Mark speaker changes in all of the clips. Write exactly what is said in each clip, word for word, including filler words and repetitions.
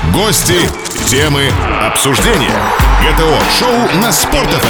Speaker 1: Гости, темы, обсуждения. ГТО-шоу на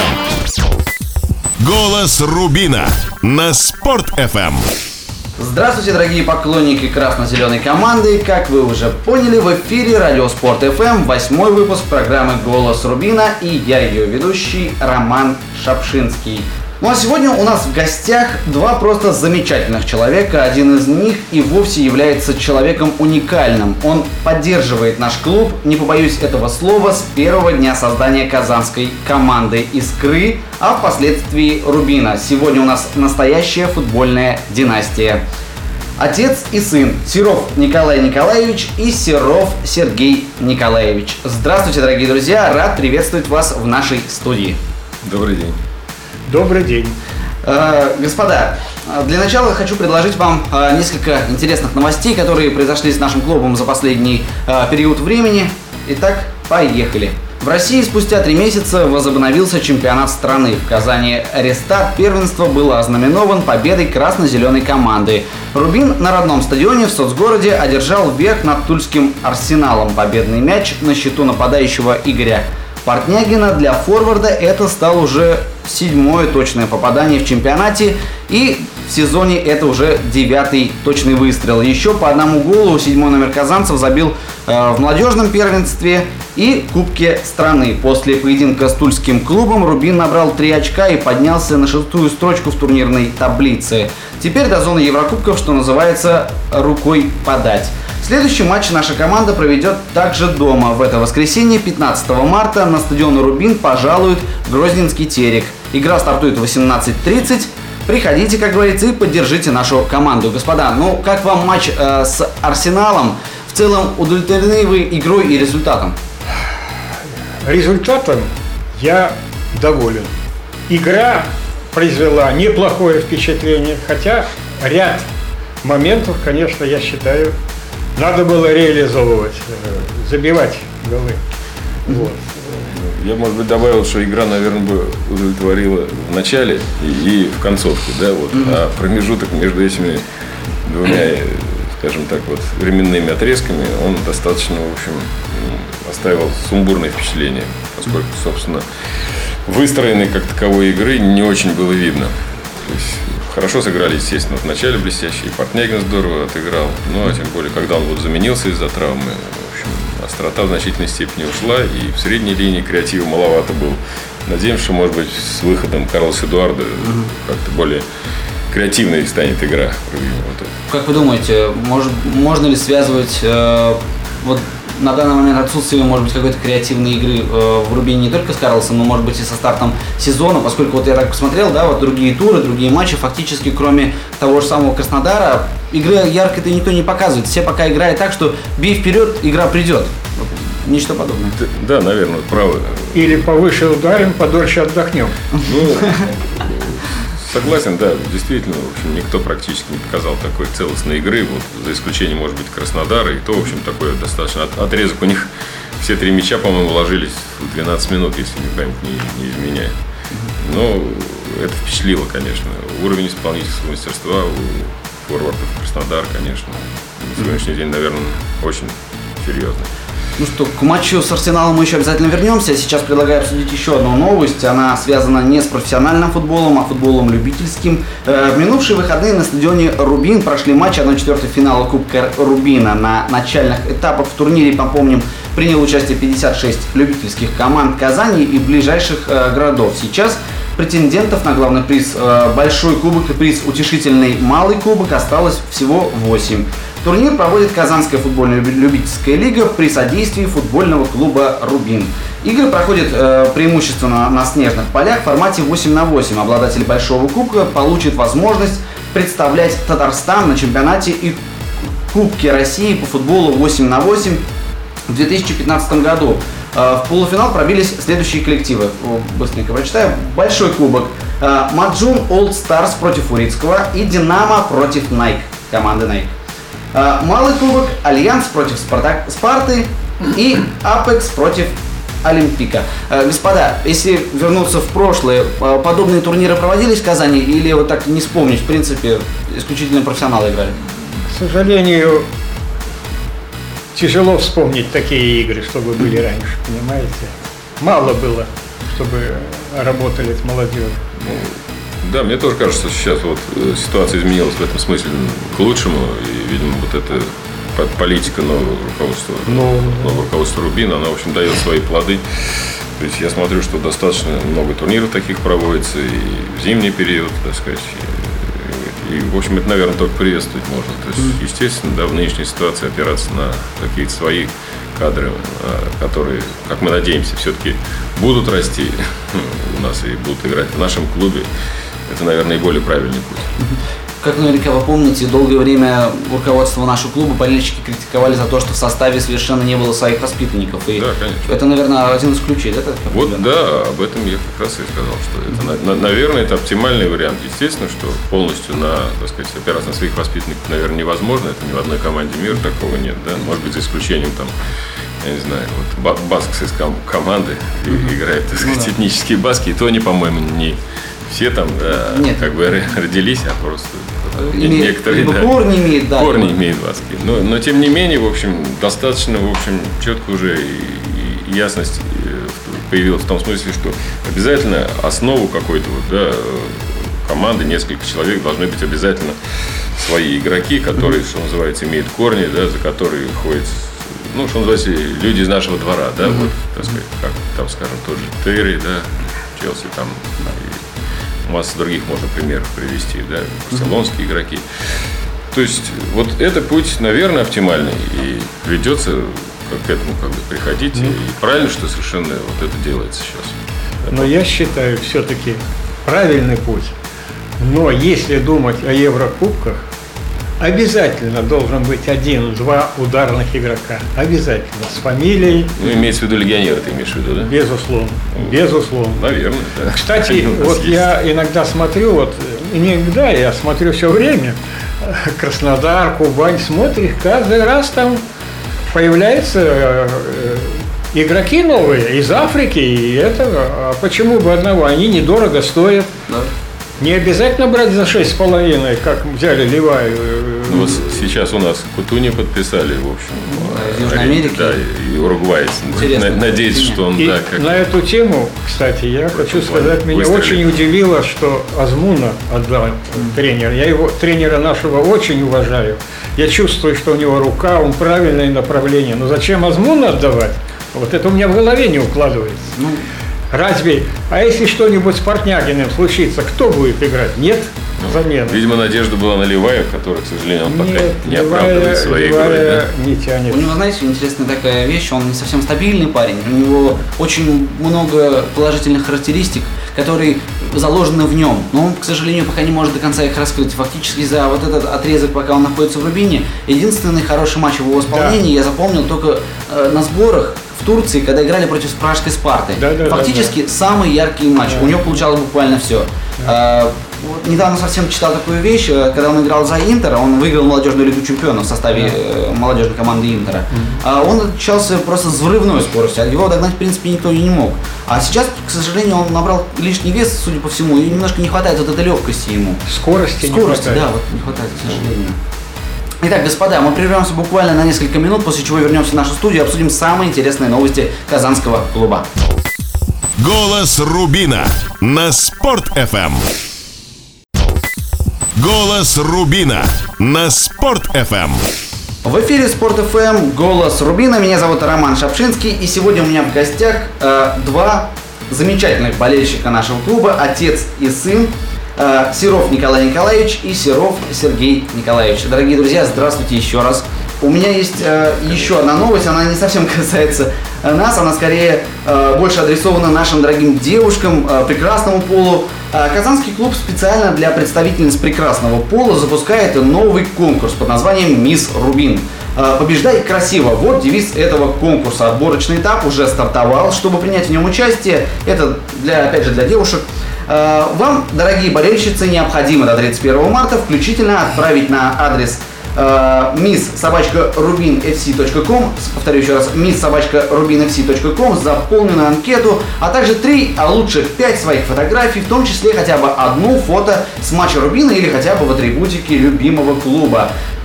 Speaker 1: Спорт.ФМ. Голос Рубина на Спорт.ФМ.
Speaker 2: Здравствуйте, дорогие поклонники красно-зеленой команды. Как вы уже поняли, в эфире радио Спорт.ФМ, восьмой выпуск программы «Голос Рубина», и я ее ведущий Роман Шапшинский. Ну а сегодня у нас в гостях два просто замечательных человека. Один из них и вовсе является человеком уникальным. Он поддерживает наш клуб, не побоюсь этого слова, с первого дня создания казанской команды «Искры», а впоследствии «Рубина». Сегодня у нас настоящая футбольная династия. Отец и сын. Серов Николай Николаевич и Серов Сергей Николаевич. Здравствуйте, дорогие друзья. Рад приветствовать вас в нашей студии.
Speaker 3: Добрый день.
Speaker 4: Добрый день.
Speaker 2: Э, господа, для начала хочу предложить вам э, несколько интересных новостей, которые произошли с нашим клубом за последний э, период времени. Итак, поехали. В России спустя три месяца возобновился чемпионат страны. В Казани рестарт первенства был ознаменован победой красно-зеленой команды. «Рубин» на родном стадионе в соцгороде одержал верх над тульским «Арсеналом». Победный мяч на счету нападающего Игоря Портнягина для форварда это стало уже седьмое точное попадание в чемпионате, и в сезоне это уже девятый точный выстрел. Еще по одному голу седьмой номер казанцев забил э, в молодежном первенстве и Кубке страны. После поединка с тульским клубом «Рубин» набрал три очка и поднялся на шестую строчку в турнирной таблице. Теперь до зоны Еврокубков, что называется, рукой подать. Следующий матч наша команда проведет также дома. В это воскресенье, пятнадцатого марта, на стадион «Рубин» пожалует Грозненский Терек. Игра стартует в восемнадцать тридцать. Приходите, как говорится, и поддержите нашу команду. Господа, ну как вам матч э, с «Арсеналом»? В целом, удовлетворены вы игрой и результатом?
Speaker 4: Результатом я доволен. Игра произвела неплохое впечатление, хотя ряд моментов, конечно, я считаю, надо было реализовывать, забивать голы. Вот.
Speaker 3: Я, может быть, добавил, что игра, наверное, бы удовлетворила в начале и, и в концовке, да, вот. Mm-hmm. А промежуток между этими двумя, скажем так, вот, временными отрезками, он достаточно, в общем, оставил сумбурное впечатление, поскольку, собственно, выстроенной как таковой игры не очень было видно. То есть хорошо сыграли, естественно, в начале блестяще, и Портнягин здорово отыграл, ну, а тем более, когда он вот заменился из-за травмы, в общем, острота в значительной степени ушла, и в средней линии креатива маловато было. Надеемся, что, может быть, с выходом Карлоса Эдуарда mm-hmm. как-то более креативной станет игра. Вот.
Speaker 2: Как вы думаете, может, можно ли связывать э, вот на данный момент отсутствие, может быть, какой-то креативной игры э, в «Рубине» не только с Карлосом, но, может быть, и со стартом сезона, поскольку вот я так посмотрел, да, вот другие туры, другие матчи, фактически, кроме того же самого Краснодара, игры ярко-то никто не показывает. Все пока играют так, что бей вперед, игра придет. Ничто подобное.
Speaker 3: Да, да, наверное, правы.
Speaker 4: Или повыше ударим, подольше отдохнем.
Speaker 3: Ну, согласен, да, действительно, в общем, никто практически не показал такой целостной игры, вот, за исключением, может быть, Краснодара, и то, в общем, такой достаточно отрезок у них, все три мяча, по-моему, ложились в двенадцать минут, если мне память не, не изменяет. Но это впечатлило, конечно, уровень исполнительского мастерства у форвардов Краснодар, конечно, на сегодняшний день, наверное, очень серьезный.
Speaker 2: Ну что, к матчу с «Арсеналом» мы еще обязательно вернемся. Сейчас предлагаю обсудить еще одну новость. Она связана не с профессиональным футболом, а футболом любительским. В минувшие выходные на стадионе «Рубин» прошли матчи одна четвертая финала Кубка Рубина. На начальных этапах в турнире, напомним, принял участие пятьдесят шесть любительских команд Казани и ближайших городов. Сейчас претендентов на главный приз большой кубок и приз утешительный малый кубок осталось всего восемь. Турнир проводит Казанская футбольная любительская лига при содействии футбольного клуба «Рубин». Игры проходят э, преимущественно на снежных полях в формате восемь на восемь. Обладатель большого кубка получит возможность представлять Татарстан на чемпионате и Кубке России по футболу восемь на восемь в две тысячи пятнадцатом году. Э, в полуфинал пробились следующие коллективы. Быстренько прочитаю. Большой кубок. Э, Маджун Олд Старс против Урицкого и Динамо против Найк. Команды Найк. Малый кубок, Альянс против Спартак, Спарты и Апекс против Олимпика. Господа, если вернуться в прошлое, подобные турниры проводились в Казани или вот так не вспомнить, в принципе, исключительно профессионалы играли?
Speaker 4: К сожалению, тяжело вспомнить такие игры, чтобы были раньше, понимаете? Мало было, чтобы работали с молодежью.
Speaker 3: Да, мне тоже кажется, что сейчас вот ситуация изменилась в этом смысле к лучшему. И, видимо, вот эта политика нового руководства,
Speaker 4: Но...
Speaker 3: нового руководства Рубина, она, в общем, дает свои плоды. То есть я смотрю, что достаточно много турниров таких проводится и в зимний период, так сказать. И, и в общем, это, наверное, только приветствовать можно. То есть, естественно, да, в нынешней ситуации опираться на какие-то свои кадры, которые, как мы надеемся, все-таки будут расти у нас и будут играть в нашем клубе. Это, наверное, и более правильный путь.
Speaker 2: Как наверняка вы помните, долгое время руководство нашего клуба болельщики критиковали за то, что в составе совершенно не было своих воспитанников. И
Speaker 3: да, конечно.
Speaker 2: Это, наверное, один из ключей, да?
Speaker 3: Вот да, об этом я как раз и сказал, что это, наверное, это оптимальный вариант. Естественно, что полностью на, так сказать, опираться на своих воспитанников, наверное, невозможно. Это ни в одной команде мира такого нет, да. Может быть, за исключением там, я не знаю, вот баскской команды mm-hmm. играют, так сказать, ну, да. этнические баски, и то они, по-моему, не все там, да, Нет. как бы родились, а просто
Speaker 2: имеет,
Speaker 3: некоторые, да,
Speaker 2: корни имеют, да.
Speaker 3: Корни имеют баски. Но, но, тем не менее, в общем, достаточно, в общем, четко уже и, и ясность появилась в том смысле, что обязательно основу какой-то вот, да, команды, несколько человек должны быть обязательно свои игроки, которые, что называется, имеют корни, да, за которые ходят, ну, что называется, люди из нашего двора, да, mm-hmm. вот, так сказать, как там, скажем, тот же Терри, да, Челси, там, и массу других можно примеров привести, да, барселонские mm-hmm. игроки. То есть, вот это путь, наверное, оптимальный, и придется к этому как бы приходить, mm-hmm. и правильно, что совершенно вот это делается сейчас.
Speaker 4: Но я считаю, все-таки правильный путь. Но если думать о Еврокубках, обязательно должен быть один-два ударных игрока. Обязательно. С фамилией.
Speaker 3: Ну, имеется в виду легионеры, ты имеешь в виду, да?
Speaker 4: Безусловно. Безусловно.
Speaker 3: Наверное, да.
Speaker 4: Кстати, вот есть. Я иногда смотрю, вот иногда я смотрю все время, Краснодар, Кубань, смотришь, каждый раз там появляются игроки новые из Африки, и это, а почему бы одного? Они недорого стоят. Да. Не обязательно брать за шесть с половиной, как взяли Ливаю.
Speaker 3: Ну, вот сейчас у нас Кутуни подписали, в общем.
Speaker 2: Да, в Южной Америке.
Speaker 3: Да, и уругвайец. Надеюсь, что он,
Speaker 4: и
Speaker 3: да, как...
Speaker 4: На эту тему, кстати, я хочу сказать, меня выстрелит. Очень удивило, что Азмуна отдал mm. тренер. Я его, тренера нашего, очень уважаю. Я чувствую, что у него рука, он правильное направление. Но зачем Азмуна отдавать? Вот это у меня в голове не укладывается. Ну, разве, а если что-нибудь с Портнягиным случится, кто будет играть? Нет? Замена.
Speaker 3: Видимо, надежда была на Ливаю, который, к сожалению, он пока Нет, не оправдывает своей игрой. Да?
Speaker 2: Не тянет. У него, знаете, интересная такая вещь, он не совсем стабильный парень, у него очень много положительных характеристик, которые заложены в нем, но он, к сожалению, пока не может до конца их раскрыть. Фактически за вот этот отрезок, пока он находится в Рубине, единственный хороший матч в его исполнении да. я запомнил только э, на сборах в Турции, когда играли против Пражской Спарты. Да, да, Фактически да, да. самый яркий матч. Да. У него получалось буквально все. Да. А, вот недавно совсем читал такую вещь, когда он играл за Интер, он выиграл молодежную лигу чемпионов в составе да. молодежной команды Интера. Mm-hmm. А он отличался просто с взрывной скоростью, а его догнать в принципе никто и не мог. А сейчас, к сожалению, он набрал лишний вес, судя по всему, и немножко не хватает вот этой легкости ему.
Speaker 4: Скорости,
Speaker 2: Скорости,
Speaker 4: не
Speaker 2: да, вот не хватает, к сожалению. Итак, господа, мы прервемся буквально на несколько минут, после чего вернемся в нашу студию и обсудим самые интересные новости казанского клуба.
Speaker 1: Голос Рубина на Спорт-ФМ. Голос Рубина на Спорт-ФМ.
Speaker 2: В эфире Спорт-ФМ, Голос Рубина. Меня зовут Роман Шапшинский, и сегодня у меня в гостях э, два замечательных болельщика нашего клуба, отец и сын. Серов Николай Николаевич и Серов Сергей Николаевич. Дорогие друзья, здравствуйте еще раз. У меня есть э, еще одна новость, она не совсем касается э, нас, она скорее э, больше адресована нашим дорогим девушкам, э, прекрасному полу. Э, Казанский клуб специально для представительниц прекрасного пола запускает новый конкурс под названием «Мисс Рубин». Э, «Побеждай красиво» – вот девиз этого конкурса. Отборочный этап уже стартовал. Чтобы принять в нем участие, это, для, опять же, для девушек, вам, дорогие болельщицы, необходимо до тридцать первого марта включительно отправить на адрес мисс собачка рубин эф си точка ком, повторю еще раз, мисс собачка рубин эф си точка ком, заполненную анкету, а также три, а лучше пять своих фотографий, в том числе хотя бы одну фото с матча Рубина или хотя бы в атрибутике любимого клуба.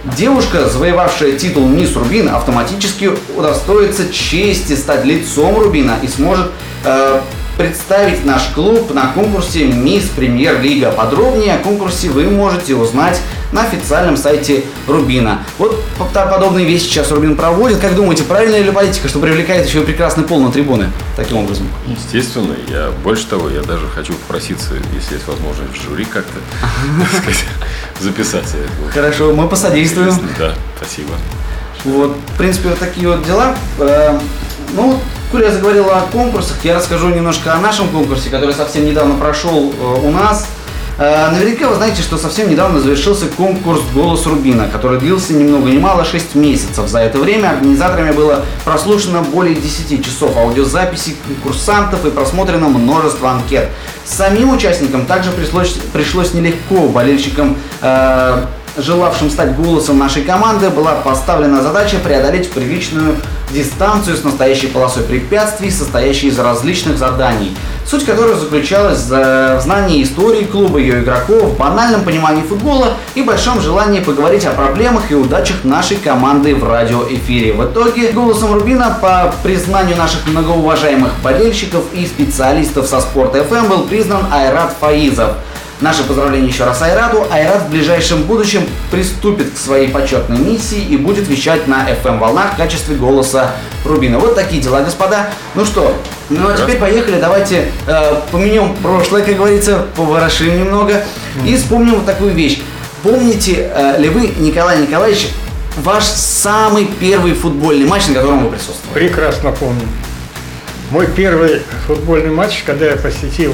Speaker 2: Девушка, завоевавшая титул «Мисс Рубин», автоматически удостоится чести стать лицом Рубина и сможет э, представить наш клуб на конкурсе «Мисс Премьер-лига». Подробнее о конкурсе вы можете узнать на официальном сайте Рубина. Вот подобные вещи сейчас Рубин проводит. Как думаете, правильная ли политика, что привлекает еще и прекрасный пол на трибуны таким образом?
Speaker 3: Естественно. Я больше того, я даже хочу попроситься, если есть возможность, в жюри как-то так сказать, записаться.
Speaker 2: Хорошо, мы посодействуем.
Speaker 3: Да, спасибо.
Speaker 2: Вот, в принципе, вот такие вот дела. Ну, коль я заговорил о конкурсах, я расскажу немножко о нашем конкурсе, который совсем недавно прошел у нас. Наверняка вы знаете, что совсем недавно завершился конкурс «Голос Рубина», который длился ни много ни мало шесть месяцев. За это время организаторами было прослушано более десяти часов аудиозаписей конкурсантов и просмотрено множество анкет. Самим участникам также пришлось, пришлось нелегко. Болельщикам, э, желавшим стать голосом нашей команды, была поставлена задача преодолеть приличную дистанцию с настоящей полосой препятствий, состоящей из различных заданий, суть которых заключалась в знании истории клуба, ее игроков, банальном понимании футбола и большом желании поговорить о проблемах и удачах нашей команды в радиоэфире. В итоге голосом Рубина, по признанию наших многоуважаемых болельщиков и специалистов со Спорт эф эм, был признан Айрат Фаизов. Наше поздравление еще раз Айрату. Айрат в ближайшем будущем приступит к своей почетной миссии и будет вещать на эф эм-волнах в качестве голоса Рубина. Вот такие дела, господа. Ну что, ну а теперь поехали, давайте э, поменяем прошлое, как говорится, поворошим немного и вспомним вот такую вещь. Помните э, ли вы, Николай Николаевич, ваш самый первый футбольный матч, на котором вы присутствовали?
Speaker 4: Прекрасно помню. Мой первый футбольный матч, когда я посетил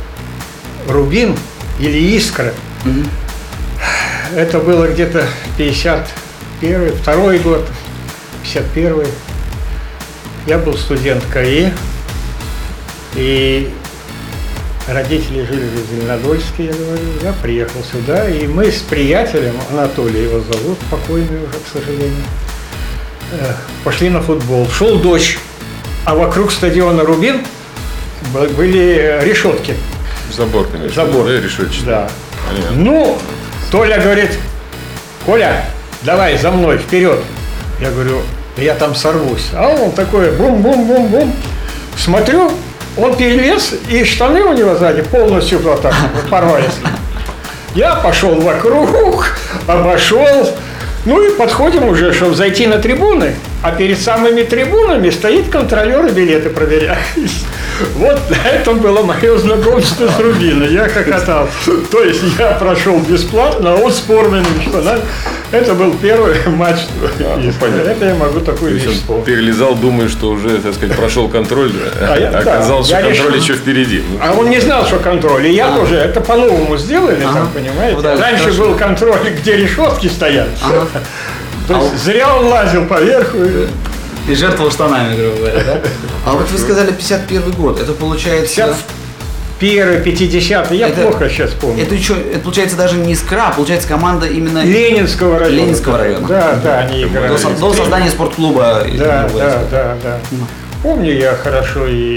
Speaker 4: Рубин или Искра, угу. Это было где-то пятьдесят первый, второй год, пятьдесят первый. Я был студент КАИ, и родители жили в Зеленодольске, я говорю. Я приехал сюда, и мы с приятелем, Анатолий его зовут, покойный уже, к сожалению, пошли на футбол. Шел дождь, а вокруг стадиона Рубин были решетки.
Speaker 3: Забор, конечно.
Speaker 4: Забор.
Speaker 3: Да, решетчатый.
Speaker 4: Да.
Speaker 3: Понятно.
Speaker 4: Ну, Толя говорит: Коля, давай за мной, вперед. Я говорю, я там сорвусь. А он такой бум-бум-бум-бум. Смотрю, он перелез, и штаны у него сзади полностью вот так порвались. Я пошел вокруг, обошел. Ну и подходим уже, чтобы зайти на трибуны. А перед самыми трибунами стоит контролер и билеты проверяет. Вот на этом было мое знакомство с Рубиной. Я хохотал. То есть я прошел бесплатно, а он с форменными штанами. Это был первый матч.
Speaker 3: А, ну,
Speaker 4: это я могу такую вещь вспомнить.
Speaker 3: Перелезал, думая, что уже, так сказать, прошел контроль, а я, оказалось, да, что контроль решил, еще впереди.
Speaker 4: А он не знал, что контроль. И я а. тоже. Это по-новому сделали, ага. там, понимаете. Ну, да, раньше хорошо. Был контроль, где решетки стоят. Ага. То есть а зря он лазил поверху.
Speaker 2: И жертвовал штанами, грубо говоря, да? А вот вы сказали пятьдесят первый год, это получается...
Speaker 4: пятьдесят первый, пятидесятый, я это, плохо сейчас помню.
Speaker 2: Это, еще, это получается даже не ИСКРА, а получается команда именно...
Speaker 4: Ленинского района.
Speaker 2: Ленинского района.
Speaker 4: Да, да, они играли.
Speaker 2: До, до создания спортклуба.
Speaker 4: Да, да, да, да. Помню я хорошо и...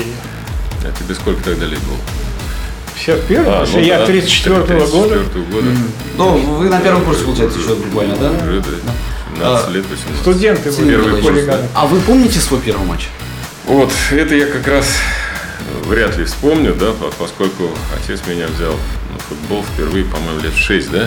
Speaker 3: А тебе сколько тогда лет было?
Speaker 4: пятьдесят первый, а, ну, я да, тридцать четвёртого года. года.
Speaker 2: Mm. Ну, вы на первом курсе, получается, еще буквально, да?
Speaker 3: Уже, да. семнадцать лет, восемнадцать.
Speaker 4: Студенты
Speaker 3: были хулиганы.
Speaker 2: А вы помните свой первый матч?
Speaker 3: Вот, это я как раз вряд ли вспомню, да, поскольку отец меня взял на футбол впервые, по-моему, лет в шесть, да?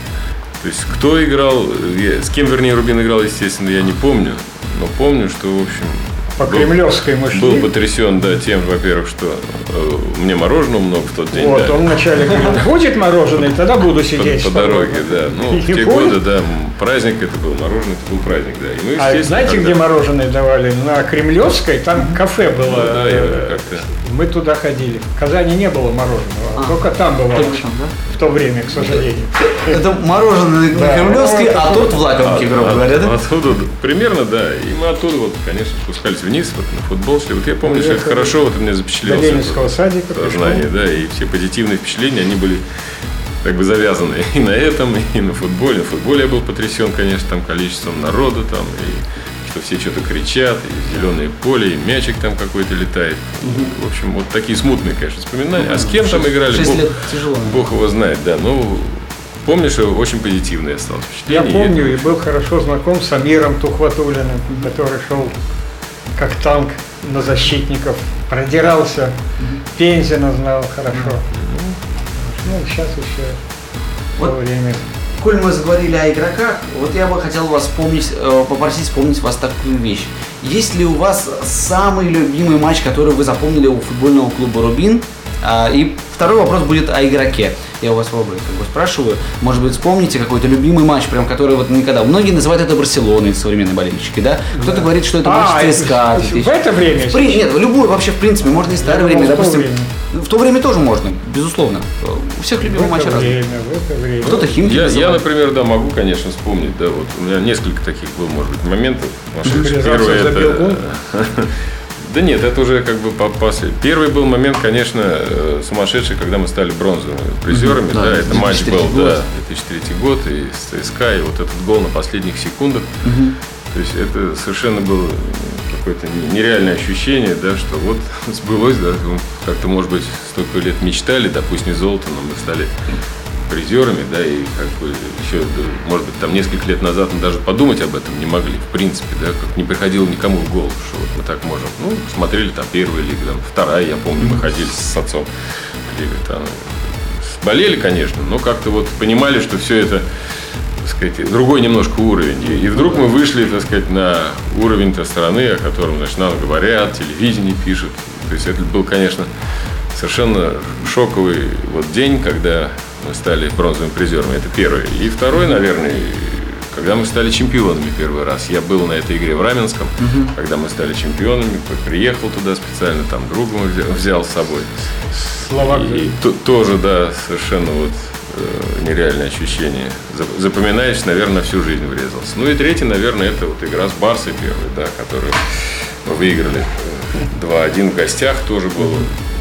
Speaker 3: То есть, кто играл, я, с кем, вернее, Рубин играл, естественно, я не помню, но помню, что, в общем...
Speaker 4: По был, Кремлевской мы шли.
Speaker 3: Был потрясен, да, тем, во-первых, что э, мне мороженого много в тот день.
Speaker 4: Вот,
Speaker 3: да.
Speaker 4: Он вначале говорил, будет мороженое, тогда буду сидеть.
Speaker 3: По, по дороге, да. Ну, в те годы, да, праздник это был, мороженое это был праздник, да. И мы,
Speaker 4: а знаете, когда... где мороженое давали? На Кремлевской, там кафе было. Ну, да,
Speaker 3: я как-то...
Speaker 4: Мы туда ходили. В Казани не было мороженого, а, только там было. Точно, да? В то время, к сожалению.
Speaker 2: Это мороженое на Кремлевской, а торт в Лакомке, грубо говоря, да?
Speaker 3: Оттуда, примерно, да. И мы оттуда, вот, конечно, спускались вниз, вот, на футбол шли. Вот я помню, что это хорошо, вот у меня запечатлелось.
Speaker 4: До Ленинского садика.
Speaker 3: Сознание, да, и все позитивные впечатления, они были как бы завязаны и на этом, и на футболе. На футболе я был потрясен, конечно, там количеством народа, там, и что все что-то кричат, и зеленое поле, и мячик там какой-то летает. Угу. В общем, вот такие смутные, конечно, вспоминания. А с кем там играли, Бог,
Speaker 2: лет тяжело,
Speaker 3: Бог его знает, да. Ну, помню, что очень позитивное осталось
Speaker 4: Я
Speaker 3: впечатление.
Speaker 4: помню и был хорошо знаком с Амиром Тухватуллиным, который шел как танк на защитников, продирался, Пензина знал хорошо. Ну, сейчас еще
Speaker 2: Вот.
Speaker 4: то время.
Speaker 2: Коль мы заговорили о игроках, вот я бы хотел вас вспомнить, э, попросить вспомнить вас такую вещь. Есть ли у вас самый любимый матч, который вы запомнили у футбольного клуба «Рубин»? А, и второй вопрос будет о игроке. Я у вас оба как бы спрашиваю. Может быть, вспомните какой-то любимый матч, прям который вот никогда. Многие называют это Барселоной, современные болельщики, да? Кто-то да. говорит, что это матч
Speaker 4: а,
Speaker 2: ЦСКА.
Speaker 4: В это время?
Speaker 2: В при... Нет, любую вообще, в принципе, можно и в старое время, допустим. Время. В то время тоже можно, безусловно. У всех любимые матчи разные.
Speaker 4: В это время.
Speaker 2: Кто-то Химки
Speaker 3: я,
Speaker 2: называет.
Speaker 3: я, например, да, могу, конечно, вспомнить. Да, вот у меня несколько таких было, может быть, моментов.
Speaker 4: Первый это...
Speaker 3: Да нет, это уже как бы после. Первый был момент, конечно, сумасшедший, когда мы стали бронзовыми призерами. Mm-hmm. Да, да, это матч был, год. да, две тысячи третий год, и с ЦСКА, и вот этот гол на последних секундах. Mm-hmm. То есть это совершенно было какое-то нереальное ощущение, да, что вот сбылось, да, как-то, может быть, столько лет мечтали, да, пусть не золото, но мы стали призерами, да, и как бы еще, может быть, там несколько лет назад мы даже подумать об этом не могли, в принципе, да, как не приходило никому в голову, что вот мы так можем. Ну, смотрели там первая лига, там вторая, я помню, мы ходили с отцом лига, там болели, конечно, но как-то вот понимали, что все это, так сказать, другой немножко уровень. И, и вдруг мы вышли, так сказать, на уровень-то страны, о котором, значит, нам говорят, телевидение пишут. То есть это был, конечно, совершенно шоковый вот день, когда мы стали бронзовыми призерами. Это первый. И второй, наверное, когда мы стали чемпионами первый раз. Я был на этой игре в Раменском, угу. когда мы стали чемпионами, приехал туда специально, там друга взял, взял с собой.
Speaker 4: Словак.
Speaker 3: И, и то, тоже, да, совершенно вот э, нереальное ощущение. Запоминаешь, наверное, на всю жизнь врезался. Ну и третий, наверное, это вот игра с Барсой первой, да, которую мы выиграли два один в гостях, тоже было.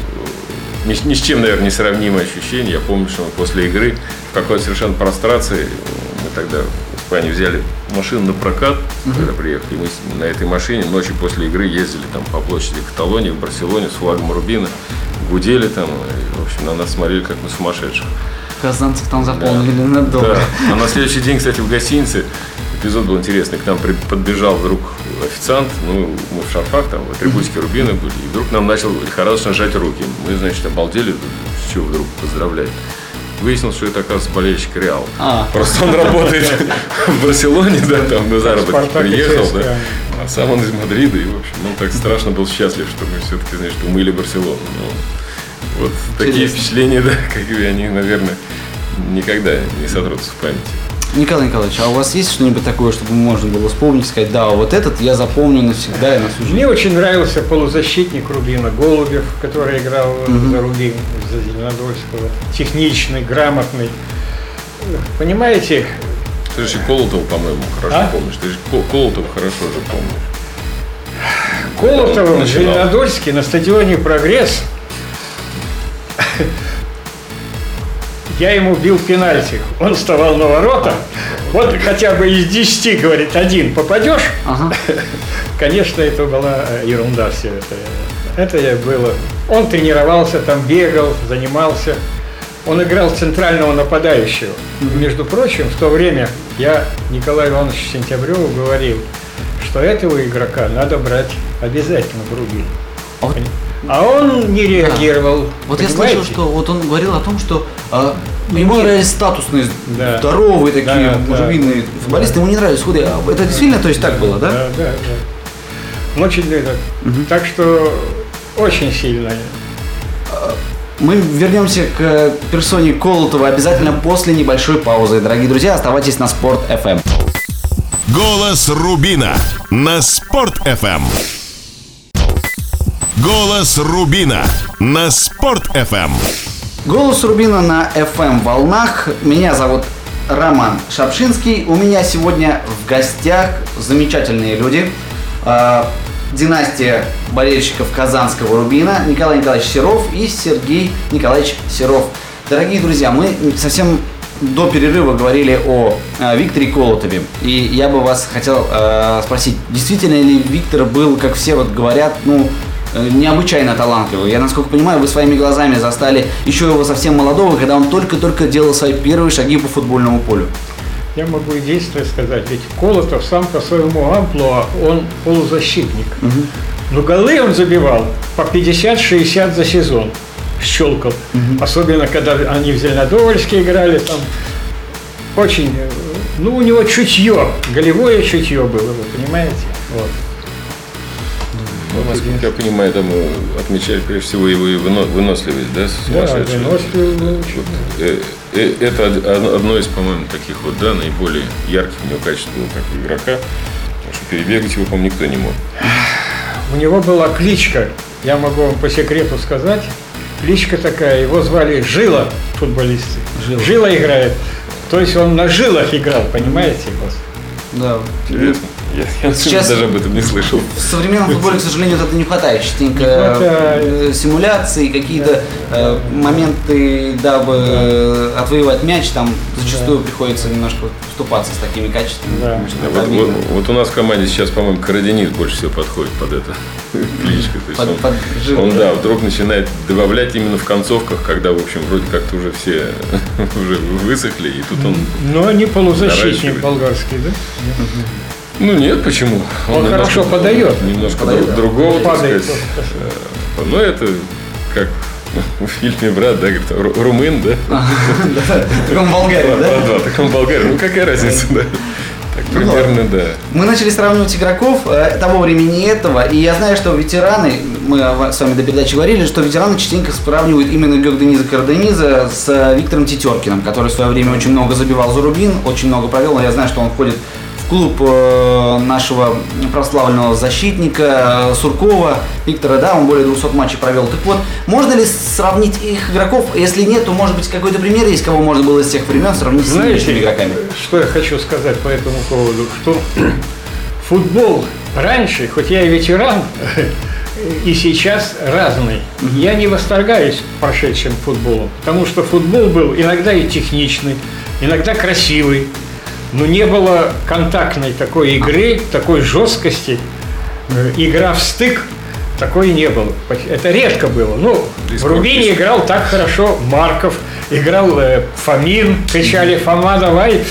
Speaker 3: Ни, ни с чем, наверное, несравнимое ощущение. Я помню, что мы после игры в какой-то совершенно прострации, мы тогда в Испании взяли машину на прокат, uh-huh. когда приехали. Мы на этой машине ночью после игры ездили там по площади Каталонии, в Барселоне с флагом Рубина, гудели там, и, в общем, на нас смотрели как на сумасшедших.
Speaker 2: Казанцев там заполнили да. надолго.
Speaker 3: Да. А на следующий день, кстати, в гостинице эпизод был интересный. К нам подбежал вдруг официант, ну, мы в шарфах, там, в атрибутике Рубина были, и вдруг нам начал лихорадочно сжать руки. Мы, значит, обалдели, с чего вдруг поздравлять. Выяснилось, что это, оказывается, болельщик Реала. А. Просто он работает в Барселоне, да, там на заработки приехал, да. А сам он из Мадрида, и, в общем, он так страшно был счастлив, что мы все-таки, значит, умыли Барселону. Ну, вот такие впечатления, да, какие они, наверное, никогда не сотрутся в памяти.
Speaker 2: Николай Николаевич, а у вас есть что-нибудь такое, чтобы можно было вспомнить, сказать, да, вот этот я запомню навсегда и на всю жизнь?
Speaker 4: Мне очень нравился полузащитник Рубина Голубев, который играл mm-hmm. за Рубин, за Зеленодольского. Техничный, грамотный. Понимаете?
Speaker 3: Ты же Колотова, по-моему, хорошо а? помнишь. Ты же Колотова хорошо же помнишь.
Speaker 4: Колотова в Зеленодольске на стадионе «Прогресс». Я ему бил пенальти, он вставал на ворота, вот хотя бы из десяти, говорит, один попадешь, ага. Конечно, это была ерунда все это. Это было. Он тренировался, там бегал, занимался, он играл центрального нападающего. Mm-hmm. Между прочим, в то время я Николаю Ивановичу Сентябреву говорил, что этого игрока надо брать обязательно в Рубин.
Speaker 2: А,
Speaker 4: а он не реагировал.
Speaker 2: Да. Вот понимаете? Я слышал, что вот он говорил о том, что э, ему нравились статусные, да. здоровые такие да, рубинные да. футболисты, ему не нравились худые. Это действительно, то есть так было, да?
Speaker 4: Да, да, да. Очень это. Угу. Так что очень сильно.
Speaker 2: Мы вернемся к персоне Колотова обязательно после небольшой паузы. Дорогие друзья, оставайтесь на Спорт эф эм.
Speaker 1: Голос Рубина на Спорт эф эм. Голос Рубина на Спорт эф эм.
Speaker 2: Голос Рубина на эф эм волнах. Меня зовут Роман Шапшинский. У меня сегодня в гостях замечательные люди. Э, династия болельщиков казанского Рубина. Николай Николаевич Серов и Сергей Николаевич Серов. Дорогие друзья, мы совсем до перерыва говорили о э, Викторе Колотове. И я бы вас хотел э, спросить, действительно ли Виктор был, как все вот говорят, ну, необычайно талантливый. Я, насколько понимаю, вы своими глазами застали еще его совсем молодого, когда он только-только делал свои первые шаги по футбольному полю.
Speaker 4: Я могу единственное сказать, ведь Колотов сам по своему амплуа, он полузащитник. Угу. Но голы он забивал по пятьдесят-шестьдесят за сезон, щелкал. Угу. Особенно, когда они в Зеленодольске играли, там очень, ну, у него чутье, голевое чутье было, вы понимаете? Вот.
Speaker 3: Ну, насколько я понимаю, там отмечали прежде всего его выносливость, да, сумасшедшая. Да, выносливость. Это одно из, по-моему, таких вот, да, наиболее ярких у него качеств было как игрока, потому что перебегать его, по-моему, никто не мог.
Speaker 4: У него была кличка, я могу вам по секрету сказать, кличка такая, его звали Жила, футболисты. Жила, Жила играет, то есть он на жилах играл, понимаете, вас?
Speaker 2: Да.
Speaker 3: Интересно. Я, я сейчас даже об этом не слышал.
Speaker 2: В современном футболе, к сожалению, это не хватает. Частенько симуляции, какие-то э, моменты, дабы э, отвоевать мяч, там зачастую да. приходится немножко вступаться с такими качествами. Да.
Speaker 3: Вот, вот, вот у нас в команде сейчас, по-моему, Караденис больше всего подходит под это кличка. То есть под, он, под жир, он да, вдруг начинает добавлять именно в концовках, когда, в общем, вроде как-то уже все уже высохли, и тут он.
Speaker 4: Но не полузащитник болгарский, да?
Speaker 3: Ну нет, почему?
Speaker 4: Он, он хорошо подает.
Speaker 3: Немножко
Speaker 4: подает,
Speaker 3: другого, да. так сказать. Но это как в фильме «Брат», да, говорит, румын, да?
Speaker 2: Так он болгарин, да?
Speaker 3: Да, так он болгарин. Ну какая разница, да? Так примерно, да.
Speaker 2: Мы начали сравнивать игроков того времени и этого, и я знаю, что ветераны, мы с вами до передачи говорили, что ветераны частенько сравнивают именно Гёкдениза Карадениза с Виктором Тетеркиным, который в свое время очень много забивал за Рубин, очень много провел, но я знаю, что он входит клуб нашего прославленного защитника Суркова Виктора, да, он более двухсот матчей провел. Так вот, можно ли сравнить их игроков? Если нет, то, может быть, какой-то пример есть, кого можно было из тех времен сравнить с нынешними игроками?
Speaker 4: Что я хочу сказать по этому поводу? Что футбол раньше, хоть я и ветеран, и сейчас разный. Я не восторгаюсь прошедшим футболом, потому что футбол был иногда и техничный, иногда красивый. Но не было контактной такой игры, такой жесткости, игра в стык, такой не было. Это редко было. Ну, в Рубине играл так хорошо Марков, играл э, Фомин, кричали: «Фома, давай!»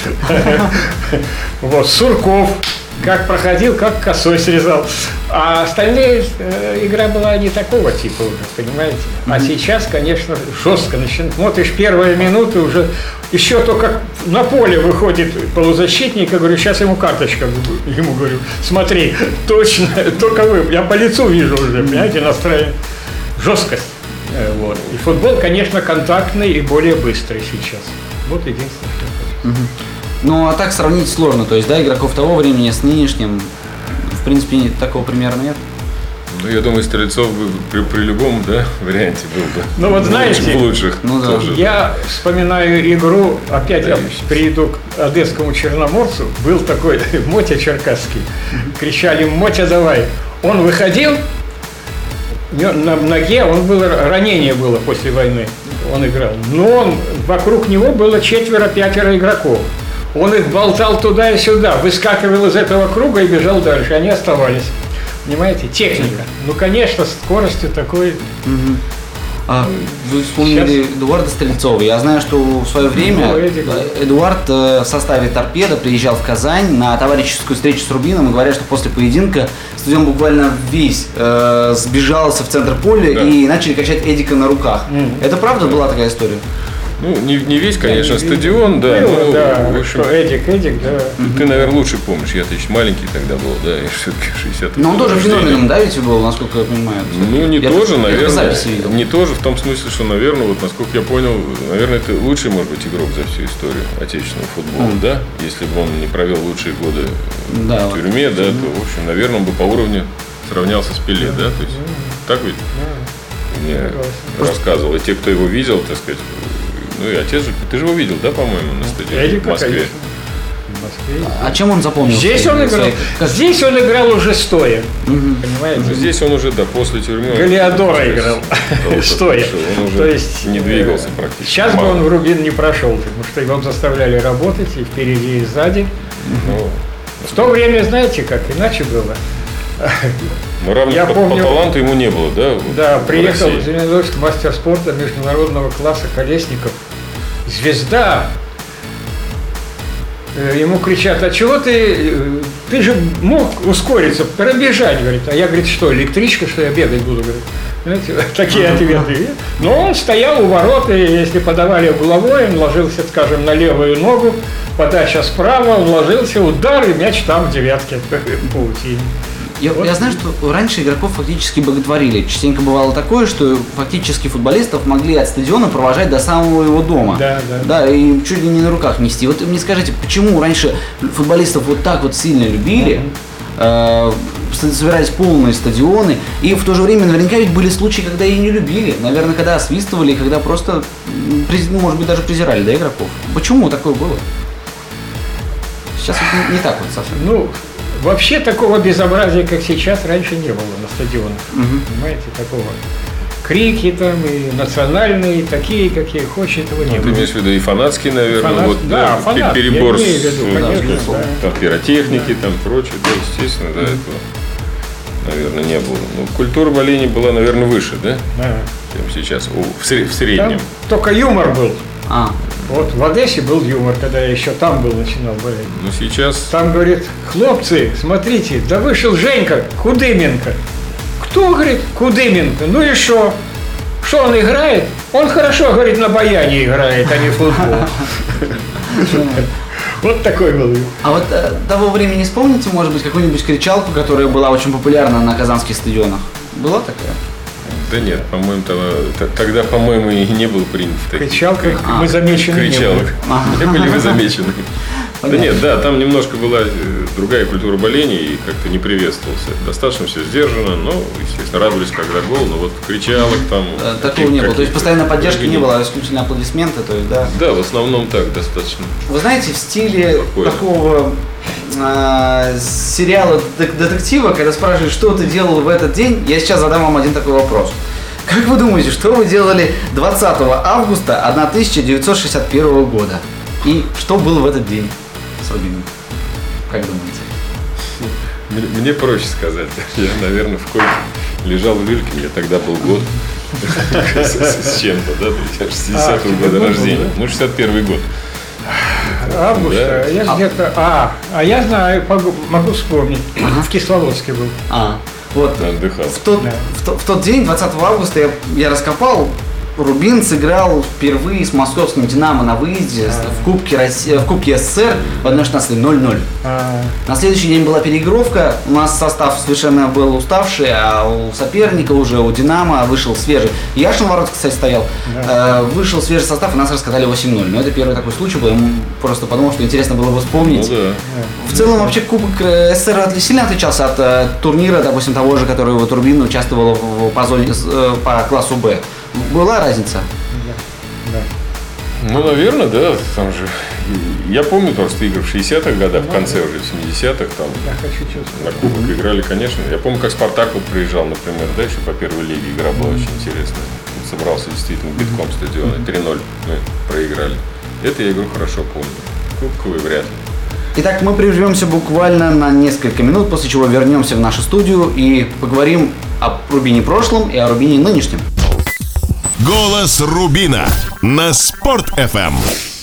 Speaker 4: Вот, Сурков, как проходил, как косой срезал. А остальные э, игра была не такого типа уже, понимаете? А mm-hmm. сейчас, конечно, жестко начинает. Смотришь, первые минуты уже, еще только на поле выходит полузащитник, я говорю, сейчас ему карточка, ему говорю, смотри, точно, только вы, я по лицу вижу уже, понимаете, настроение, жесткость. Вот. И футбол, конечно, контактный и более быстрый сейчас. Вот единственное, что я хочу.
Speaker 2: Ну, а так сравнить сложно, то есть, да, игроков того времени с нынешним, в принципе, нет, такого примера нет.
Speaker 3: Ну, я думаю, Стрельцов бы при, при любом, да, варианте был бы.
Speaker 4: Ну, вот знаете,
Speaker 3: в лучших
Speaker 2: ну, да.
Speaker 3: тоже.
Speaker 4: Я вспоминаю игру, опять да, я приеду к Одесскому Черноморцу, был такой Мотя Черкасский, кричали: «Мотя, давай!» Он выходил, на ноге, он был, ранение было после войны, он играл, но он, вокруг него было четверо-пятеро игроков. Он их болтал туда и сюда, выскакивал из этого круга и бежал дальше. Они оставались. Понимаете? Техника. Ну, конечно, скоростью такой.
Speaker 2: Угу. А, вы вспомнили Сейчас... Эдуарда Стрельцова. Я знаю, что в свое время ну, Эдуард в составе «Торпедо» приезжал в Казань на товарищескую встречу с Рубином, и говорят, что после поединка стадион буквально весь э, сбежался в центр поля, да. и начали качать Эдика на руках. Mm-hmm. Это правда была такая история?
Speaker 3: Ну, не, не весь, конечно, не стадион,
Speaker 4: не
Speaker 3: да.
Speaker 4: Было, ну, да, в общем, Эдик, Эдик, да.
Speaker 3: Ты, наверное, лучше помнишь, я-то еще маленький тогда был, да, я все-таки шестидесятый.
Speaker 2: Но он тоже феноменом, да, ведь был, насколько я понимаю?
Speaker 3: Ну, не я тоже, наверное, не тоже в том смысле, что, наверное, вот, насколько я понял, наверное, это лучший, может быть, игрок за всю историю отечественного футбола, mm. да? Если бы он не провел лучшие годы да, в тюрьме, вот. да, то, в общем, наверное, он бы по уровню сравнялся с Пеле, mm. да? То есть, mm. так ведь mm. мне mm. рассказывал. И те, кто его видел, так сказать. Ну и отец же, ты же его видел, да, по-моему, на стадионе
Speaker 4: Эдика,
Speaker 3: в Москве?
Speaker 4: В Москве.
Speaker 2: А чем он запомнил?
Speaker 4: Здесь он играл. Здесь он играл уже стоя. Угу. Понимаете?
Speaker 3: Ну, здесь он уже, да, после тюрьмы.
Speaker 4: Галиадора играл. Стоя.
Speaker 3: Он уже То есть, не двигался практически.
Speaker 4: Сейчас бы он в Рубин не прошел, потому что его заставляли работать и впереди, и сзади. Ну, в то время, знаете, как иначе было.
Speaker 3: Ну, равно
Speaker 4: Я
Speaker 3: по,
Speaker 4: помню-
Speaker 3: по таланту ему не было, да? вот,
Speaker 4: Да,
Speaker 3: в
Speaker 4: приехал
Speaker 3: России?
Speaker 4: в Зеленодольск мастер спорта международного класса Колесников. Звезда. Э, Ему кричат: а чего ты, э, ты же мог ускориться, пробежать, говорит. А я, говорит, что, электричка, что я бегать буду, говорит. Знаете, такие ответы. Но он стоял у ворот, и если подавали угловой, он ложился, скажем, на левую ногу, подача справа, он ложился, удар, и мяч там в девятке в паутине.
Speaker 2: Я,
Speaker 4: Вот.
Speaker 2: я знаю, что раньше игроков фактически боготворили. Частенько бывало такое, что фактически футболистов могли от стадиона провожать до самого его дома.
Speaker 4: Да, да.
Speaker 2: Да, и чуть ли не на руках нести. Вот мне скажите, почему раньше футболистов вот так вот сильно любили, э, с- собирались полные стадионы, и в то же время наверняка ведь были случаи, когда и не любили. Наверное, когда освистывали, когда просто, м, през- ну, может быть, даже презирали, да, игроков. Почему такое было? Сейчас вот не, не так вот совсем.
Speaker 4: Ну, вообще такого безобразия, как сейчас, раньше не было на стадионах.
Speaker 2: Мгм.
Speaker 4: Понимаете, такого. Крики там и национальные, такие, какие хочет, этого не
Speaker 3: Ну, ты
Speaker 4: было.
Speaker 3: имеешь в виду и фанатские, наверное,
Speaker 4: Фанат-
Speaker 3: вот,
Speaker 4: да,
Speaker 3: пе-
Speaker 4: фанат,
Speaker 3: перебор
Speaker 4: я имею в
Speaker 3: с
Speaker 4: виду,
Speaker 3: э,
Speaker 4: конечно,
Speaker 3: с-
Speaker 4: да.
Speaker 3: там, пиротехники, там прочее, да, естественно, да, этого, наверное, не было. Ну, культура боления была, наверное, выше, да,
Speaker 4: Да.
Speaker 3: чем сейчас, О, в, сре- в
Speaker 4: Там
Speaker 3: среднем.
Speaker 4: только юмор был.
Speaker 2: А,
Speaker 4: Вот в Одессе был юмор, когда я еще там был, начинал болеть.
Speaker 3: Но сейчас,
Speaker 4: Там, говорит, хлопцы, смотрите, да вышел Женька Кудыменко. Кто, говорит, Кудыменко? Ну и что? Что он играет? Он хорошо, говорит, на баяне играет, а не в футбол. Вот такой был.
Speaker 2: а вот э, того времени вспомните, может быть, какую-нибудь кричалку, которая была очень популярна на казанских стадионах? Была такая?
Speaker 3: да нет, по-моему, тогда, т- тогда, по-моему, и не было принято таких
Speaker 4: Кричалка,
Speaker 2: А,
Speaker 4: мы замечены не
Speaker 3: кричалок.
Speaker 4: были.
Speaker 2: Ага.
Speaker 3: Не были вы замечены. Да
Speaker 2: Понятно.
Speaker 3: нет, да, там немножко была э, другая культура боления и как-то не приветствовался. Достаточно все сдержано, но, естественно, радовались, когда гол, но вот кричалок там...
Speaker 2: Э, Такого
Speaker 3: каких-
Speaker 2: не было. То есть
Speaker 3: каких-то
Speaker 2: постоянной поддержки не
Speaker 3: движений.
Speaker 2: было, а исключительно аплодисменты, то есть, да.
Speaker 3: Да, в основном так достаточно.
Speaker 2: Вы знаете, в стиле
Speaker 3: Спокойно.
Speaker 2: такого э, сериала дек- детектива, когда спрашивают, что ты делал в этот день, я сейчас задам вам один такой вопрос. Как вы думаете, что вы делали двадцатого августа тысяча девятьсот шестьдесят первого года? И что было в этот день с Рубином? Как думаете?
Speaker 3: Мне, мне проще сказать. Я, наверное, в койке лежал в люльке, мне тогда был год. С с чем-то, да? шестидесятого
Speaker 4: А,
Speaker 3: года
Speaker 4: тебе
Speaker 3: рождения.
Speaker 4: был, да?
Speaker 3: Ну, шестьдесят первый год.
Speaker 4: Августа,
Speaker 3: Да.
Speaker 4: я где-то... А, а я знаю, могу, могу вспомнить. В Кисловодске был.
Speaker 2: А, вот.
Speaker 3: Отдыхал.
Speaker 2: В тот,
Speaker 4: Да.
Speaker 2: в, то- в тот день, двадцатого августа, я, я раскопал, Рубин сыграл впервые с московским «Динамо» на выезде в Кубке, России, в Кубке СССР в одна шестнадцать ноль-ноль.
Speaker 4: А,
Speaker 2: На следующий день была переигровка, у нас состав совершенно был уставший, а у соперника уже, у «Динамо» вышел свежий. Яшин в воротах, кстати, стоял. Э, вышел свежий состав, и нас раскатали восемь ноль. Но это первый такой случай был, я просто подумал, что интересно было бы
Speaker 3: Ну
Speaker 2: вспомнить.
Speaker 3: да.
Speaker 2: В целом, вообще, Кубок э, СССР отли- сильно отличался от э, турнира, допустим, того же, который вот Рубин участвовал в- по, зоне, с- э, по классу Б. Была разница?
Speaker 3: Ну, наверное, да. Там же. Я помню просто игры в шестидесятых годах, в конце уже в семидесятых там.
Speaker 4: я хочу чувствовать.
Speaker 3: На кубок играли, конечно. Я помню, как Спартак вот приезжал, например, да, еще по первой лиге игра была очень интересная. Он собрался действительно битком стадиона. три ноль мы проиграли. Это я игру хорошо помню. Кубковый вряд ли.
Speaker 2: Итак, мы прервемся буквально на несколько минут, после чего вернемся в нашу студию и поговорим о Рубине прошлом и о Рубине нынешнем.
Speaker 1: Голос Рубина на Спорт эф эм.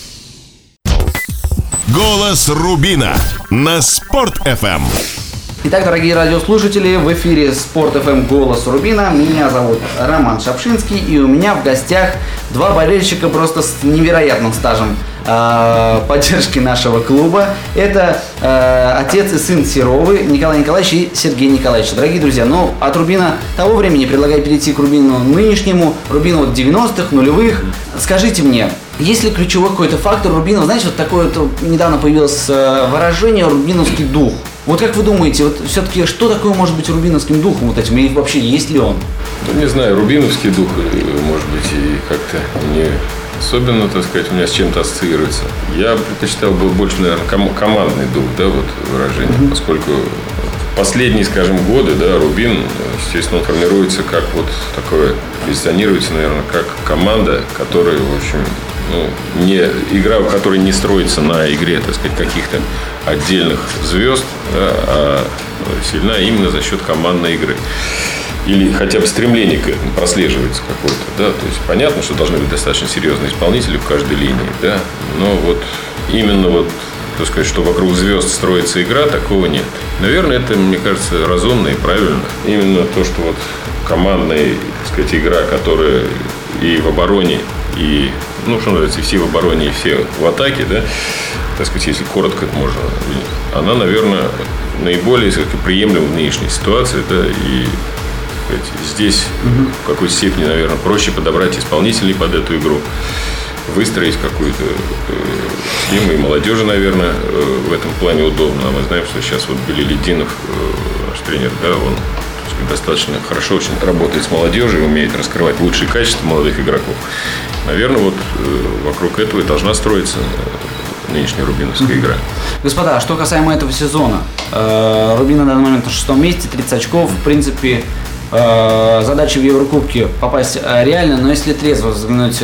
Speaker 1: Голос Рубина на Спорт эф эм.
Speaker 2: Итак, дорогие радиослушатели, в эфире Спорт эф эм «Голос Рубина». Меня зовут Роман Шапшинский, и у меня в гостях два болельщика просто с невероятным стажем э, поддержки нашего клуба. Это э, отец и сын Серовы, Николай Николаевич и Сергей Николаевич. Дорогие друзья, ну, от Рубина того времени предлагаю перейти к Рубину нынешнему, Рубину вот девяностых, нулевых. Скажите мне, есть ли ключевой какой-то фактор Рубина? Знаете, вот такое вот недавно появилось э, выражение «рубиновский дух». Вот как вы думаете, вот все-таки что такое может быть рубиновским духом вот этим, и вообще есть ли он?
Speaker 3: Ну, не знаю, рубиновский дух, э, может быть, и как-то не особенно, так сказать, у меня с чем-то ассоциируется. Я предпочитал бы больше, наверное, ком- командный дух, да, вот выражение, mm-hmm. поскольку последние, скажем, годы, да, Рубин, естественно, он формируется как вот такое, позиционируется, наверное, как команда, которая, в общем, ну, не, игра, которая не строится на игре, так сказать, каких-то отдельных звезд, да, а сильна именно за счет командной игры. Или хотя бы стремление к этому прослеживается какое-то, да, то есть понятно, что должны быть достаточно серьезные исполнители в каждой линии, да, но вот именно вот, так сказать, что вокруг звезд строится игра, такого нет. Наверное, это, мне кажется, разумно и правильно. Именно то, что вот командная, так сказать, игра, которая и в обороне, и, ну, что называется, и все в обороне, и все в атаке, да, так сказать, если коротко это можно, она, наверное, наиболее, так сказать, приемлема в нынешней ситуации, да, и здесь угу. в какой-то степени, наверное, проще подобрать исполнителей под эту игру, выстроить какую-то схему. И молодежи, наверное, в этом плане удобно. А мы знаем, что сейчас вот Белелединов, наш тренер, да, он сказать, достаточно хорошо очень работает с молодежью, умеет раскрывать лучшие качества молодых игроков. Наверное, вот вокруг этого и должна строиться нынешняя рубиновская mm-hmm. игра.
Speaker 2: Господа, а что касаемо этого сезона, Рубин на данный момент на шестом месте, тридцать очков, в принципе, задача в Еврокубке попасть реально, но если трезво взглянуть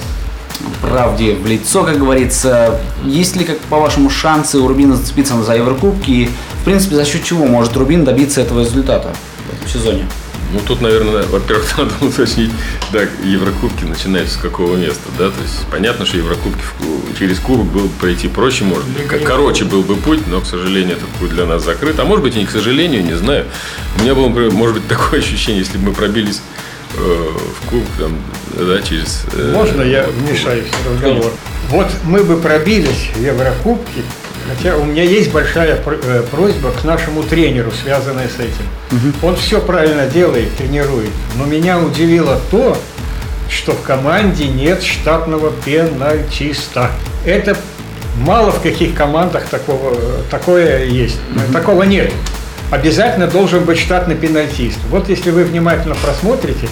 Speaker 2: правде в лицо, как говорится, есть ли, как по-вашему, шансы у Рубина зацепиться за Еврокубки и, в принципе, за счет чего может Рубин добиться этого результата в этом сезоне?
Speaker 3: Ну, тут, наверное, во-первых, надо уточнить, да, Еврокубки начинаются с какого места, да, то есть понятно, что Еврокубки через кубок было бы пройти проще, может быть, короче был бы путь, но, к сожалению, этот путь для нас закрыт, а может быть и не к сожалению, не знаю. У меня было, может быть, такое ощущение, если бы мы пробились э, в кубок, там, да, через... Э,
Speaker 4: Можно я вмешаюсь в разговор? Вот мы бы пробились в Еврокубки, хотя у меня есть большая просьба к нашему тренеру, связанная с этим. Угу. Он все правильно делает, тренирует. Но меня удивило то, что в команде нет штатного пенальтиста. Это мало в каких командах такого, такое есть. Угу. Такого нет. Обязательно должен быть штатный пенальтист. Вот если вы внимательно просмотрите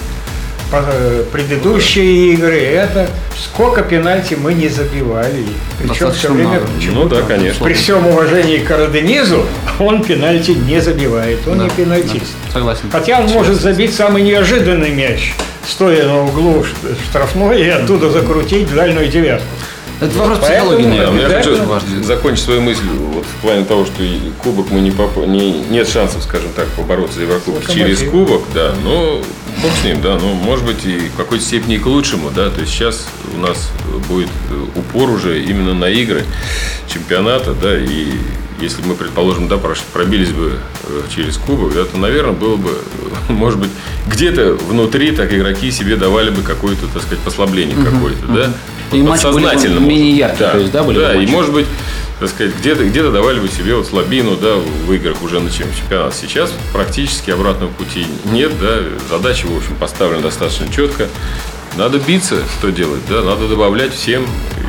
Speaker 4: предыдущие игры, это сколько пенальти мы не забивали. Причем все время,
Speaker 3: ну да, конечно.
Speaker 4: При всем уважении к Караденизу, он пенальти не забивает, он да, не пенальтист.
Speaker 2: Да, согласен.
Speaker 4: Хотя он может забить самый неожиданный мяч, стоя на углу штрафной и оттуда закрутить дальнюю девятку.
Speaker 2: Это вопрос психологии, наверное.
Speaker 3: Я хочу закончить свою мысль вот, в плане того, что кубок мы не, поп... не нет шансов, скажем так, побороться за Еврокубок через кубок, да, но бог с ним, да, ну, может быть, и в какой-то степени и к лучшему, да, то есть сейчас у нас будет упор уже именно на игры чемпионата, да, и если бы мы, предположим, да, пробились бы через кубок, да, то, наверное, было бы, может быть, где-то внутри так игроки себе давали бы какое-то, так сказать, послабление uh-huh, какое-то, uh-huh. да.
Speaker 2: И матчи были менее яркие,
Speaker 3: да,
Speaker 2: то есть, да, были
Speaker 3: да,
Speaker 2: матчи.
Speaker 3: И, может быть, так сказать, где-то, где-то давали бы себе вот слабину, да, в играх уже на чемпионат. Сейчас практически обратного пути нет, да, задача, в общем, поставлена достаточно четко. Надо биться, что делать, да, надо добавлять всем.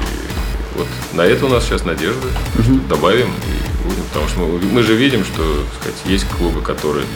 Speaker 3: И вот на это у нас сейчас надежда, угу. добавим, и будем, потому что мы, мы же видим, что, так сказать, есть клубы, которые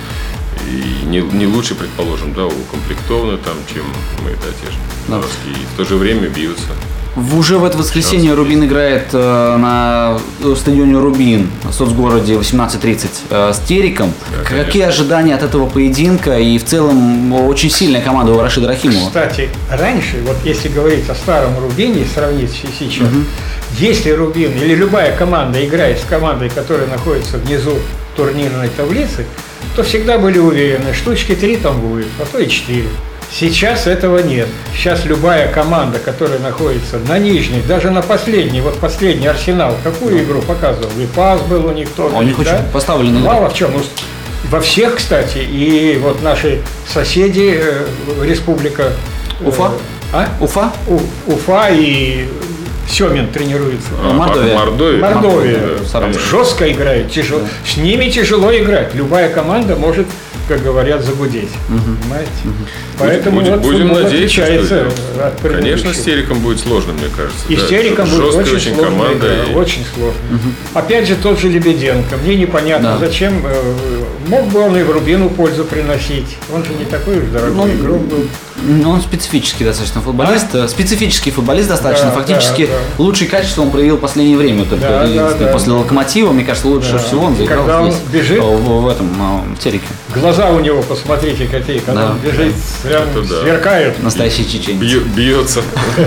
Speaker 3: и не, не лучше, предположим, да, укомплектованы там, чем мы, да, те же, да. И в то же время бьются.
Speaker 2: Уже в это воскресенье Рубин играет э, на стадионе Рубин в соцгороде восемнадцать тридцать э, с Тереком. Да, какие конечно. Ожидания от этого поединка? И в целом очень сильная команда у Рашида Рахимова.
Speaker 4: Кстати, раньше, вот если говорить о старом Рубине, сравнить сейчас, угу. если Рубин или любая команда играет с командой, которая находится внизу турнирной таблицы, то всегда были уверены, штучки три там будет, а то и четыре. Сейчас этого нет. Сейчас любая команда, которая находится на нижней, даже на последней, вот последний Арсенал, какую да. игру показывал? И пас был у них тоже.
Speaker 2: У них да? очень поставлены.
Speaker 4: Мало в чем. Во всех, кстати, и вот наши соседи, э, республика...
Speaker 2: Уфа?
Speaker 4: Э, а?
Speaker 2: Уфа?
Speaker 4: У, Уфа и Семин тренируется.
Speaker 2: А, Мордовия.
Speaker 3: Мордовия.
Speaker 4: Мордовия. Да, жестко играет, тяжело. Да. С ними тяжело играть. Любая команда может, как говорят, загудеть. Угу. Понимаете? Угу. Поэтому
Speaker 3: будем,
Speaker 4: вот
Speaker 3: будем надеяться,
Speaker 4: отличается от
Speaker 3: конечно, с Тереком будет сложно, мне кажется.
Speaker 4: И
Speaker 3: да.
Speaker 4: с Тереком будет очень, очень сложно.
Speaker 3: Команда
Speaker 4: игра,
Speaker 3: и...
Speaker 4: Очень сложно. Угу. Опять же, тот же Лебеденко. Мне непонятно, да. зачем. Мог бы он и в Рубину пользу приносить. Он же не такой уж дорогой он, игрок был.
Speaker 2: Он специфический достаточно футболист. А? Специфический футболист достаточно.
Speaker 4: Да,
Speaker 2: Фактически
Speaker 4: да, да.
Speaker 2: лучшие качества он проявил в последнее время. Только
Speaker 4: да, да,
Speaker 2: после
Speaker 4: да.
Speaker 2: Локомотива, мне кажется, лучше
Speaker 4: да.
Speaker 2: всего он заиграл
Speaker 4: Когда он
Speaker 2: здесь,
Speaker 4: бежит,
Speaker 2: в, в этом в Тереке.
Speaker 4: Глаза у него, посмотрите, какие, когда
Speaker 2: Да.
Speaker 4: он бежит, прям
Speaker 3: да.
Speaker 4: сверкают.
Speaker 2: Настоящий чеченец.
Speaker 3: Бью- бьется.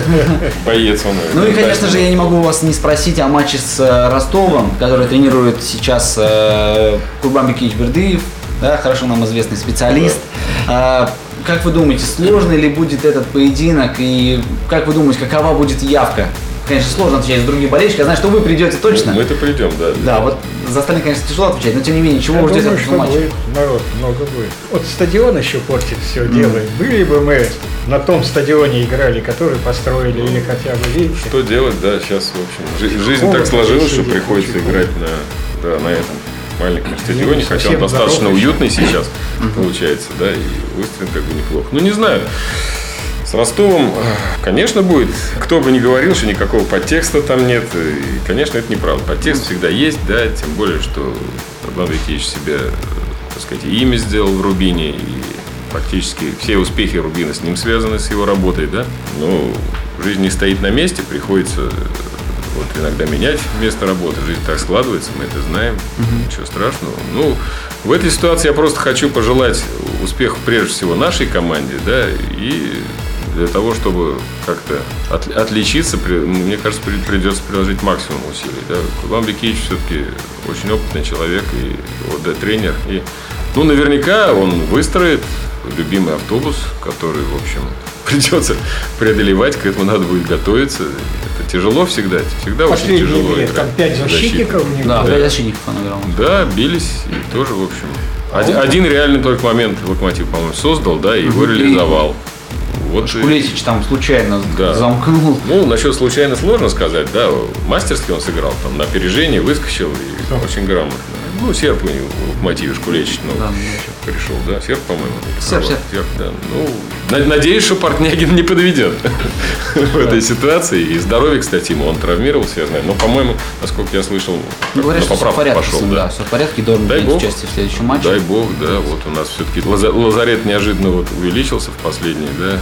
Speaker 3: Боец он.
Speaker 2: Ну и, конечно же, я не могу вас не спросить о матче с э, Ростовом, который тренирует сейчас э, Курбан Бекиевич Бердыев, да, хорошо нам известный специалист. А, как вы думаете, сложный ли будет этот поединок и как вы думаете, какова будет явка? Конечно, сложно отвечать за других болельщиков. Я знаю, что вы придете точно.
Speaker 3: Мы-то придем, да.
Speaker 2: Да, вот за остальных, конечно, тяжело отвечать, но тем не менее, чего
Speaker 4: Я
Speaker 2: вы ждете
Speaker 4: думаю,
Speaker 2: от
Speaker 4: что
Speaker 2: этого матча?
Speaker 4: будет, народ много будет. Вот стадион еще портит все дело. Были бы мы на том стадионе играли, который построили, или хотя бы, видите?
Speaker 3: Что делать, да, сейчас, в общем, жи- жизнь
Speaker 4: Холодно
Speaker 3: так сложилась, что
Speaker 4: сидеть,
Speaker 3: приходится
Speaker 4: очень
Speaker 3: играть на, да, на этом маленьком стадионе,
Speaker 4: Ну,
Speaker 3: хотя он
Speaker 4: совсем
Speaker 3: достаточно
Speaker 4: здоров еще.
Speaker 3: уютный сейчас получается, да, и выстроен как бы неплохо. Ну, не знаю. С Ростовом, конечно, будет. Кто бы ни говорил, что никакого подтекста там нет. И, конечно, это неправда. Подтекст всегда есть, да, тем более, что Курбан Бекиевич себе, так сказать, имя сделал в Рубине, и практически все успехи Рубина с ним связаны, с его работой, да. Ну, жизнь не стоит на месте, приходится вот иногда менять место работы. Жизнь так складывается, мы это знаем. Ничего страшного. Ну, в этой ситуации я просто хочу пожелать успехов прежде всего нашей команде, да, и для того, чтобы как-то от, отличиться, при, мне кажется, при, придется приложить максимум усилий. Да. Курбан Бекиевич все-таки очень опытный человек и вот, да, тренер. И, ну, наверняка он выстроит любимый автобус, который, в общем, придется преодолевать, к этому надо будет готовиться. Это тяжело всегда, всегда очень
Speaker 4: Последние
Speaker 3: тяжело
Speaker 4: лет, там
Speaker 3: играть.
Speaker 4: пять защитников у них.
Speaker 2: Да,
Speaker 3: Да.
Speaker 2: пять защитников он играл.
Speaker 3: Да, бились и тоже, в общем. Один, один реальный только момент Локомотив, по-моему, создал, да, и его реализовал. Вот и-
Speaker 2: Шкулетич там случайно
Speaker 3: Да.
Speaker 2: замкнул.
Speaker 3: Ну, насчет случайно сложно сказать, да, мастерски он сыграл, там, на опережение выскочил и
Speaker 4: Кто?
Speaker 3: очень грамотно. Ну, серб у него в Локомотиве, Шкулетич, ну,
Speaker 2: Да, ну,
Speaker 3: пришел, да, серб, по-моему. или
Speaker 2: Серб,
Speaker 3: хорват?
Speaker 2: серб.
Speaker 3: да. Ну, на- надеюсь, что Портнягин не подведет в этой ситуации. И здоровье, кстати, ему, он травмировался, я знаю, но, по-моему, насколько я слышал,
Speaker 2: Ну, говорят,
Speaker 3: на
Speaker 2: что все в
Speaker 3: поправку
Speaker 2: порядке
Speaker 3: пошел,
Speaker 2: с ним, да, все в порядке, должен
Speaker 3: Дай
Speaker 2: принять
Speaker 3: бог.
Speaker 2: участие в следующем матче.
Speaker 3: Дай бог, да, вот у нас все-таки лазарет неожиданно вот увеличился в последние, да,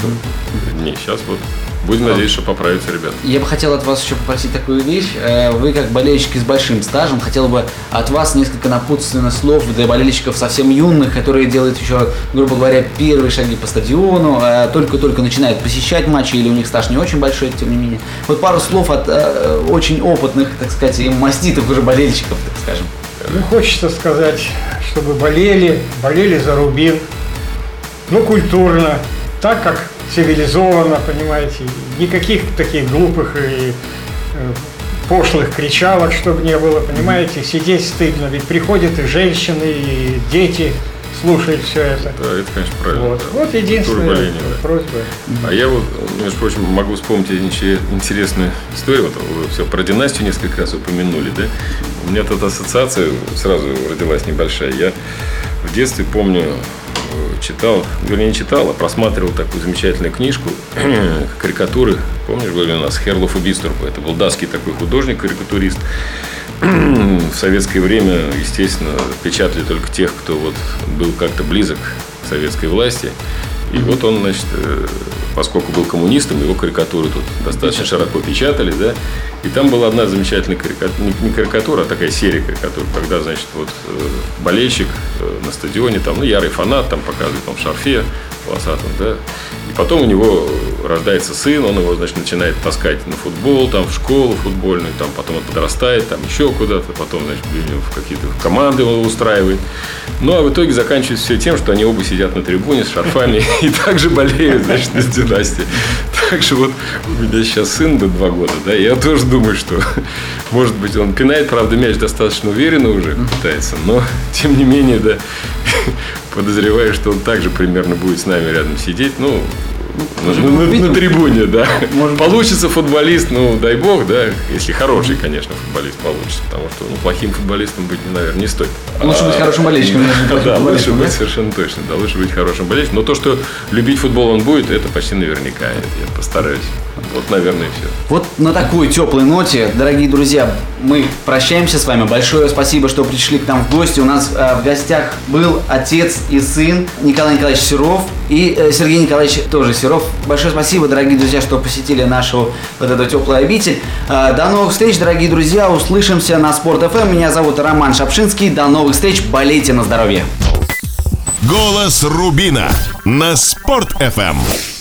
Speaker 3: дни. Сейчас вот будем надеяться, что поправятся ребята.
Speaker 2: Я бы хотел от вас еще попросить такую вещь. Э, Вы, как болельщики с большим стажем, хотел бы от вас несколько напутственных слов для болельщиков совсем юных, которые делают еще, грубо говоря, первые шаги по стадиону, э, только-только начинают посещать матчи, или у них стаж не очень большой, тем не менее. Вот пару слов от э, очень опытных, так сказать, и маститых уже болельщиков, так скажем.
Speaker 4: Ну, хочется сказать, чтобы болели, болели за Рубин, ну, культурно, так как цивилизованно, понимаете, никаких таких глупых и э, пошлых кричалок, чтобы не было, понимаете, сидеть стыдно, ведь приходят и женщины, и дети слушают все это.
Speaker 3: Да, это, конечно, правильно.
Speaker 4: Вот,
Speaker 3: да.
Speaker 4: вот единственная
Speaker 3: Турболение, да.
Speaker 4: просьба.
Speaker 3: А я вот, между прочим, могу вспомнить инте- интересную историю. Вот вы все про династию несколько раз упомянули, да? У меня тут ассоциация сразу родилась небольшая. Я в детстве помню, э, читал, вернее, не читал, а просматривал такую замечательную книжку карикатуры. Помнишь, были у нас Херлов и Биструб? Это был датский такой художник-карикатурист. В советское время, естественно, печатали только тех, кто вот был как-то близок к советской власти. И вот он, значит, э, поскольку был коммунистом, его карикатуры тут достаточно широко печатали, да. И там была одна замечательная карикатура, не карикатура, а такая серия карикатур, когда, значит, вот э, болельщик э, на стадионе, там, ну, ярый фанат, там показывает там в шарфе полосатом, да. И потом у него рождается сын, он его, значит, начинает таскать на футбол, там, в школу футбольную, там, потом он подрастает, там, еще куда-то, потом, значит, в какие-то команды его устраивает. Ну, а в итоге заканчивается все тем, что они оба сидят на трибуне с шарфами и также болеют, значит, из династии. Так что вот у меня сейчас сын до два года, да, и я тоже думаю, что, может быть, он пинает, правда, мяч достаточно уверенно уже пытается, но, тем не менее, да, подозреваю, что он также примерно будет с нами рядом сидеть, ну, на, на- на- на трибуне, да. Получится футболист, ну, дай бог, да, если хороший, конечно, футболист получится, потому что, ну, плохим футболистом быть, наверное, не стоит.
Speaker 2: Лучше быть хорошим болельщиком. нежели плохим
Speaker 3: Да, лучше
Speaker 2: футболистом,
Speaker 3: быть
Speaker 2: да?
Speaker 3: совершенно точно, да, лучше быть хорошим болельщиком. Но то, что любить футбол он будет, это почти наверняка, это я постараюсь. Вот, наверное, и все.
Speaker 2: Вот на такой теплой ноте, дорогие друзья, мы прощаемся с вами. Большое спасибо, что пришли к нам в гости. У нас э, в гостях был отец и сын Николай Николаевич Серов и э, Сергей Николаевич тоже Серов. Большое спасибо, дорогие друзья, что посетили нашу вот эту теплую обитель. Э, до новых встреч, дорогие друзья. Услышимся на Спорт эф эм. Меня зовут Роман Шапшинский. До новых встреч. Болейте на здоровье.
Speaker 1: Голос Рубина на Спорт эф эм.